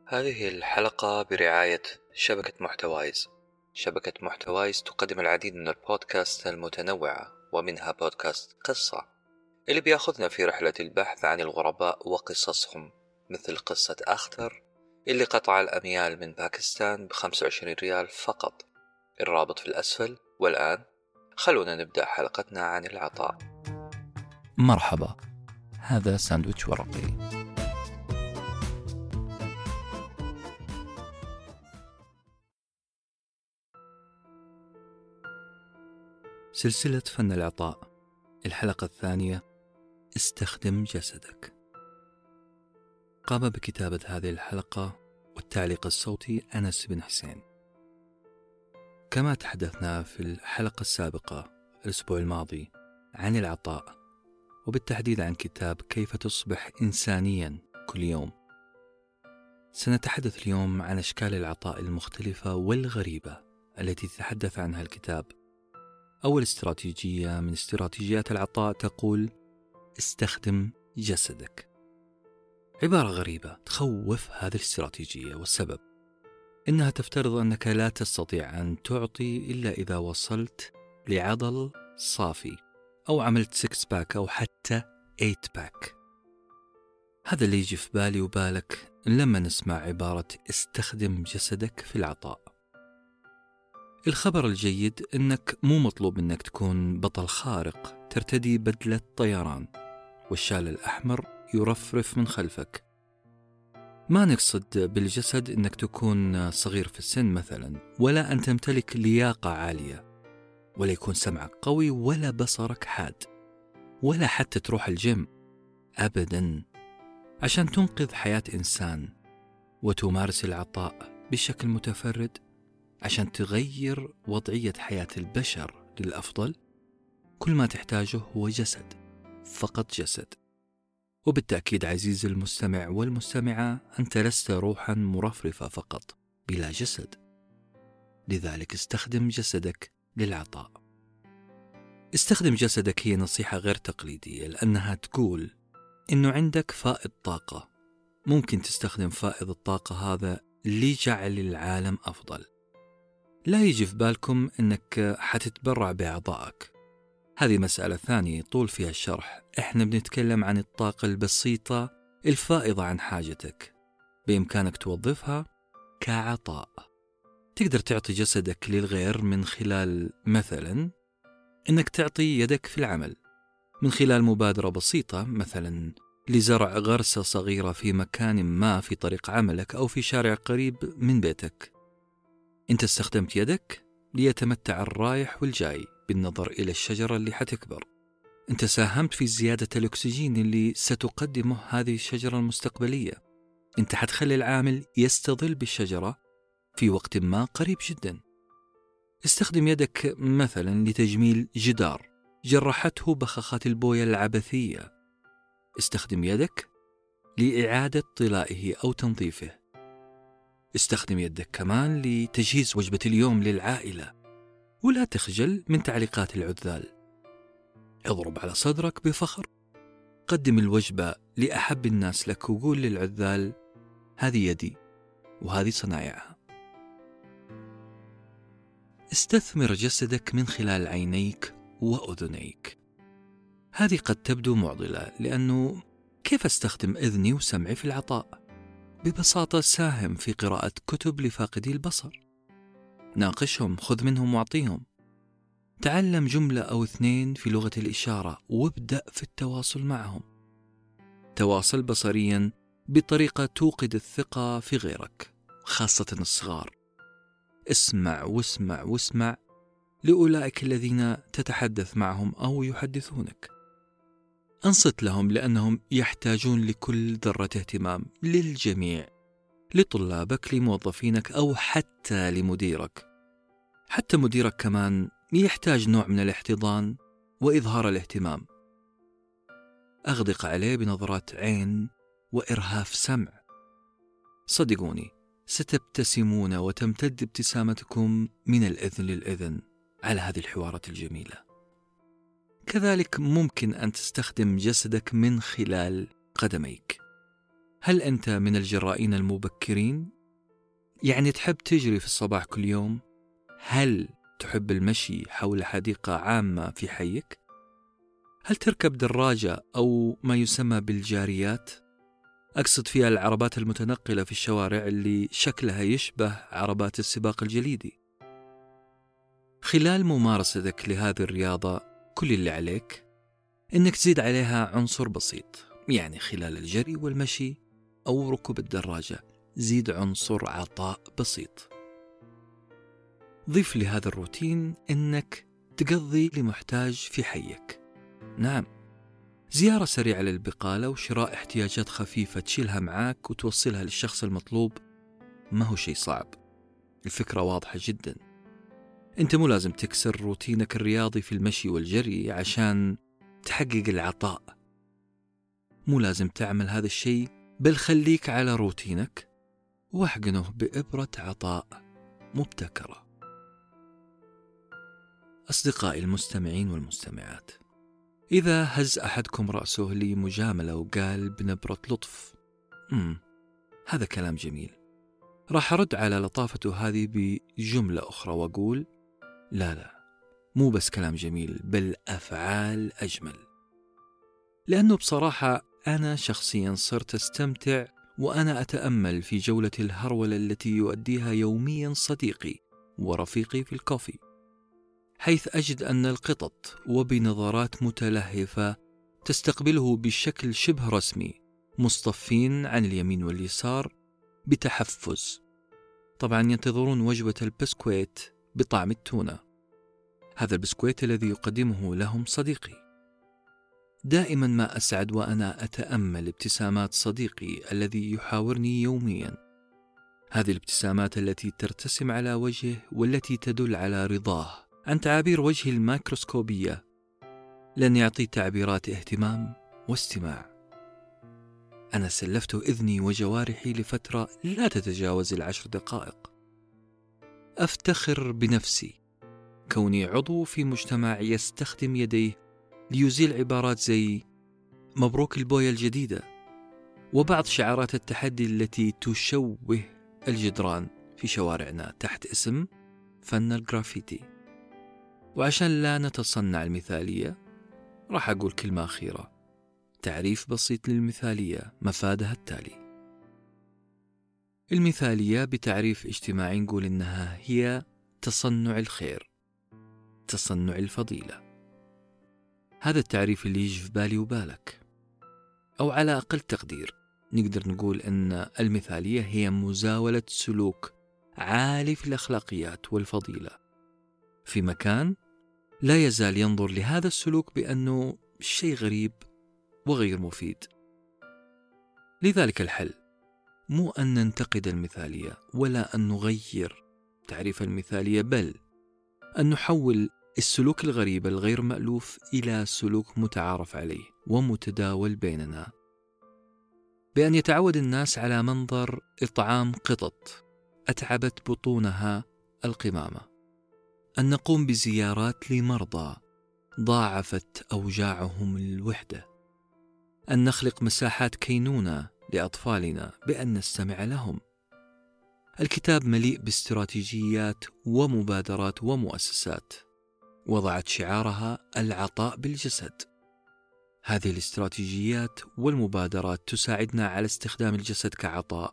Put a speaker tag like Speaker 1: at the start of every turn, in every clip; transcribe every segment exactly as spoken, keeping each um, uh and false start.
Speaker 1: هذه الحلقة برعاية شبكة محتوايز. شبكة محتوايز تقدم العديد من البودكاست المتنوعة، ومنها بودكاست قصة اللي بياخذنا في رحلة البحث عن الغرباء وقصصهم، مثل قصة أختر اللي قطع الأميال من باكستان بخمسة وعشرين ريال فقط. الرابط في الأسفل. والآن خلونا نبدأ حلقتنا عن العطاء.
Speaker 2: مرحبا، هذا ساندويتش ورقي. سلسلة فن العطاء، الحلقة الثانية، استخدم جسدك. قام بكتابة هذه الحلقة والتعليق الصوتي أنس بن حسين. كما تحدثنا في الحلقة السابقة الأسبوع الماضي عن العطاء، وبالتحديد عن كتاب كيف تصبح إنسانيا كل يوم، سنتحدث اليوم عن أشكال العطاء المختلفة والغريبة التي تتحدث عنها الكتاب. أول استراتيجية من استراتيجيات العطاء تقول: استخدم جسدك. عبارة غريبة تخوف هذه الاستراتيجية، والسبب إنها تفترض أنك لا تستطيع أن تعطي إلا إذا وصلت لعضل صافي أو عملت سكس باك أو حتى ايت باك. هذا اللي يجي في بالي وبالك لما نسمع عبارة استخدم جسدك في العطاء. الخبر الجيد إنك مو مطلوب إنك تكون بطل خارق ترتدي بدلة طيران والشال الأحمر يرفرف من خلفك. ما نقصد بالجسد إنك تكون صغير في السن مثلا، ولا أن تمتلك لياقة عالية، ولا يكون سمعك قوي، ولا بصرك حاد، ولا حتى تروح الجيم أبدا. عشان تنقذ حياة إنسان وتمارس العطاء بشكل متفرد، عشان تغير وضعية حياة البشر للأفضل، كل ما تحتاجه هو جسد، فقط جسد. وبالتأكيد عزيزي المستمع والمستمعة، أنت لست روحا مرفرفة فقط بلا جسد، لذلك استخدم جسدك للعطاء. استخدم جسدك هي نصيحة غير تقليدية، لأنها تقول إنه عندك فائض طاقة، ممكن تستخدم فائض الطاقة هذا لجعل العالم أفضل. لا يجي في بالكم أنك حتتبرع بأعضائك، هذه مسألة ثانية طول فيها الشرح. إحنا بنتكلم عن الطاقة البسيطة الفائضة عن حاجتك، بإمكانك توظفها كعطاء. تقدر تعطي جسدك للغير من خلال مثلا أنك تعطي يدك في العمل، من خلال مبادرة بسيطة مثلا لزرع غرسة صغيرة في مكان ما في طريق عملك أو في شارع قريب من بيتك. أنت استخدمت يدك ليتمتع الرايح والجاي بالنظر إلى الشجرة اللي حتكبر. أنت ساهمت في زيادة الأكسجين اللي ستقدمه هذه الشجرة المستقبلية. أنت حتخلي العامل يستظل بالشجرة في وقت ما قريب جدا. استخدم يدك مثلا لتجميل جدار جرحته بخاخات البوية العبثية. استخدم يدك لإعادة طلائه أو تنظيفه. استخدم يدك كمان لتجهيز وجبة اليوم للعائلة، ولا تخجل من تعليقات العذال. اضرب على صدرك بفخر، قدم الوجبة لأحب الناس لك، وقول للعذال: هذه يدي وهذه صنايعها. استثمر جسدك من خلال عينيك وأذنيك. هذه قد تبدو معضلة، لأنه كيف استخدم إذني وسمعي في العطاء؟ ببساطة ساهم في قراءة كتب لفاقدي البصر، ناقشهم، خذ منهم واعطيهم. تعلم جملة أو اثنين في لغة الإشارة وابدأ في التواصل معهم. تواصل بصريا بطريقة توقد الثقة في غيرك، خاصة الصغار. اسمع واسمع واسمع لأولئك الذين تتحدث معهم أو يحدثونك. أنصت لهم لأنهم يحتاجون لكل ذرة اهتمام، للجميع، لطلابك، لموظفينك، أو حتى لمديرك. حتى مديرك كمان يحتاج نوع من الاحتضان وإظهار الاهتمام. أغدق عليه بنظرات عين وإرهاف سمع. صدقوني، ستبتسمون وتمتد ابتسامتكم من الإذن للإذن على هذه الحوارات الجميلة. كذلك ممكن أن تستخدم جسدك من خلال قدميك. هل أنت من الجرائين المبكرين؟ يعني تحب تجري في الصباح كل يوم؟ هل تحب المشي حول حديقة عامة في حيك؟ هل تركب دراجة أو ما يسمى بالجاريات؟ أقصد فيها العربات المتنقلة في الشوارع اللي شكلها يشبه عربات السباق الجليدي. خلال ممارستك لهذه الرياضة كل اللي عليك إنك تزيد عليها عنصر بسيط، يعني خلال الجري والمشي أو ركوب الدراجة زيد عنصر عطاء بسيط. ضيف لهذا الروتين إنك تقضي لمحتاج في حيك. نعم، زيارة سريعة للبقالة وشراء احتياجات خفيفة تشيلها معاك وتوصلها للشخص المطلوب ما هو شيء صعب. الفكرة واضحة جدا. أنت مو لازم تكسر روتينك الرياضي في المشي والجري عشان تحقق العطاء. مو لازم تعمل هذا الشيء، بل خليك على روتينك واحقنه بإبرة عطاء مبتكرة. أصدقائي المستمعين والمستمعات، إذا هز أحدكم رأسه لمجاملة وقال بنبرة لطف مم. هذا كلام جميل، راح أرد على لطافته هذه بجملة أخرى وأقول لا لا، مو بس كلام جميل بل أفعال أجمل. لأنه بصراحة أنا شخصيا صرت أستمتع وأنا أتأمل في جولة الهرولة التي يؤديها يوميا صديقي ورفيقي في الكوفي، حيث أجد أن القطط وبنظرات متلهفة تستقبله بشكل شبه رسمي مصطفين عن اليمين واليسار بتحفز. طبعا ينتظرون وجبة البسكويت بطعم التونة، هذا البسكويت الذي يقدمه لهم صديقي. دائما ما أسعد وأنا أتأمل ابتسامات صديقي الذي يحاورني يوميا، هذه الابتسامات التي ترتسم على وجهه والتي تدل على رضاه عن تعابير وجهه الميكروسكوبية، لن يعطي تعبيرات اهتمام واستماع. أنا سلفت إذني وجوارحي لفترة لا تتجاوز العشر دقائق. أفتخر بنفسي كوني عضو في مجتمع يستخدم يديه ليزيل عبارات زي مبروك البوية الجديدة وبعض شعارات التحدي التي تشوه الجدران في شوارعنا تحت اسم فن الجرافيتي. وعشان لا نتصنع المثالية راح أقول كلمة أخيرة، تعريف بسيط للمثالية مفادها التالي. المثالية بتعريف اجتماعي نقول إنها هي تصنع الخير، تصنع الفضيلة. هذا التعريف اللي يجي في بالي وبالك، أو على أقل تقدير نقدر نقول أن المثالية هي مزاولة سلوك عالي في الأخلاقيات والفضيلة في مكان لا يزال ينظر لهذا السلوك بأنه شيء غريب وغير مفيد. لذلك الحل مو أن ننتقد المثالية ولا أن نغير تعريف المثالية، بل أن نحول السلوك الغريب الغير مألوف إلى سلوك متعارف عليه ومتداول بيننا، بأن يتعود الناس على منظر إطعام قطط أتعبت بطونها القمامة، أن نقوم بزيارات لمرضى ضاعفت أوجاعهم الوحدة، أن نخلق مساحات كينونة لأطفالنا بأن نستمع لهم. الكتاب مليء باستراتيجيات ومبادرات ومؤسسات وضعت شعارها العطاء بالجسد. هذه الاستراتيجيات والمبادرات تساعدنا على استخدام الجسد كعطاء،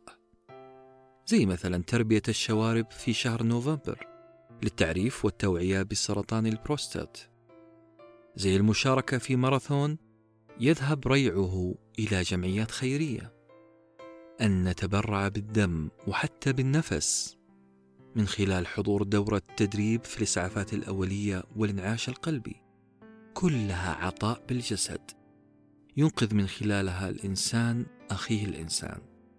Speaker 2: زي مثلا تربية الشوارب في شهر نوفمبر للتعريف والتوعية بسرطان البروستات، زي المشاركة في ماراثون يذهب ريعه إلى جمعيات خيرية، أن نتبرع بالدم وحتى بالنفس من خلال حضور دورة تدريب في الإسعافات الأولية والإنعاش القلبي، كلها عطاء بالجسد ينقذ من خلالها الإنسان أخيه الإنسان.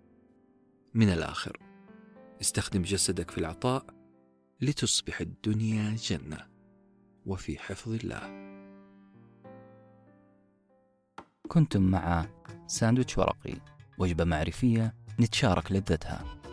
Speaker 2: من الآخر، استخدم جسدك في العطاء لتصبح الدنيا جنة وفي حفظ الله.
Speaker 3: كنتم مع ساندويتش ورقي، وجبة معرفية نتشارك لذتها.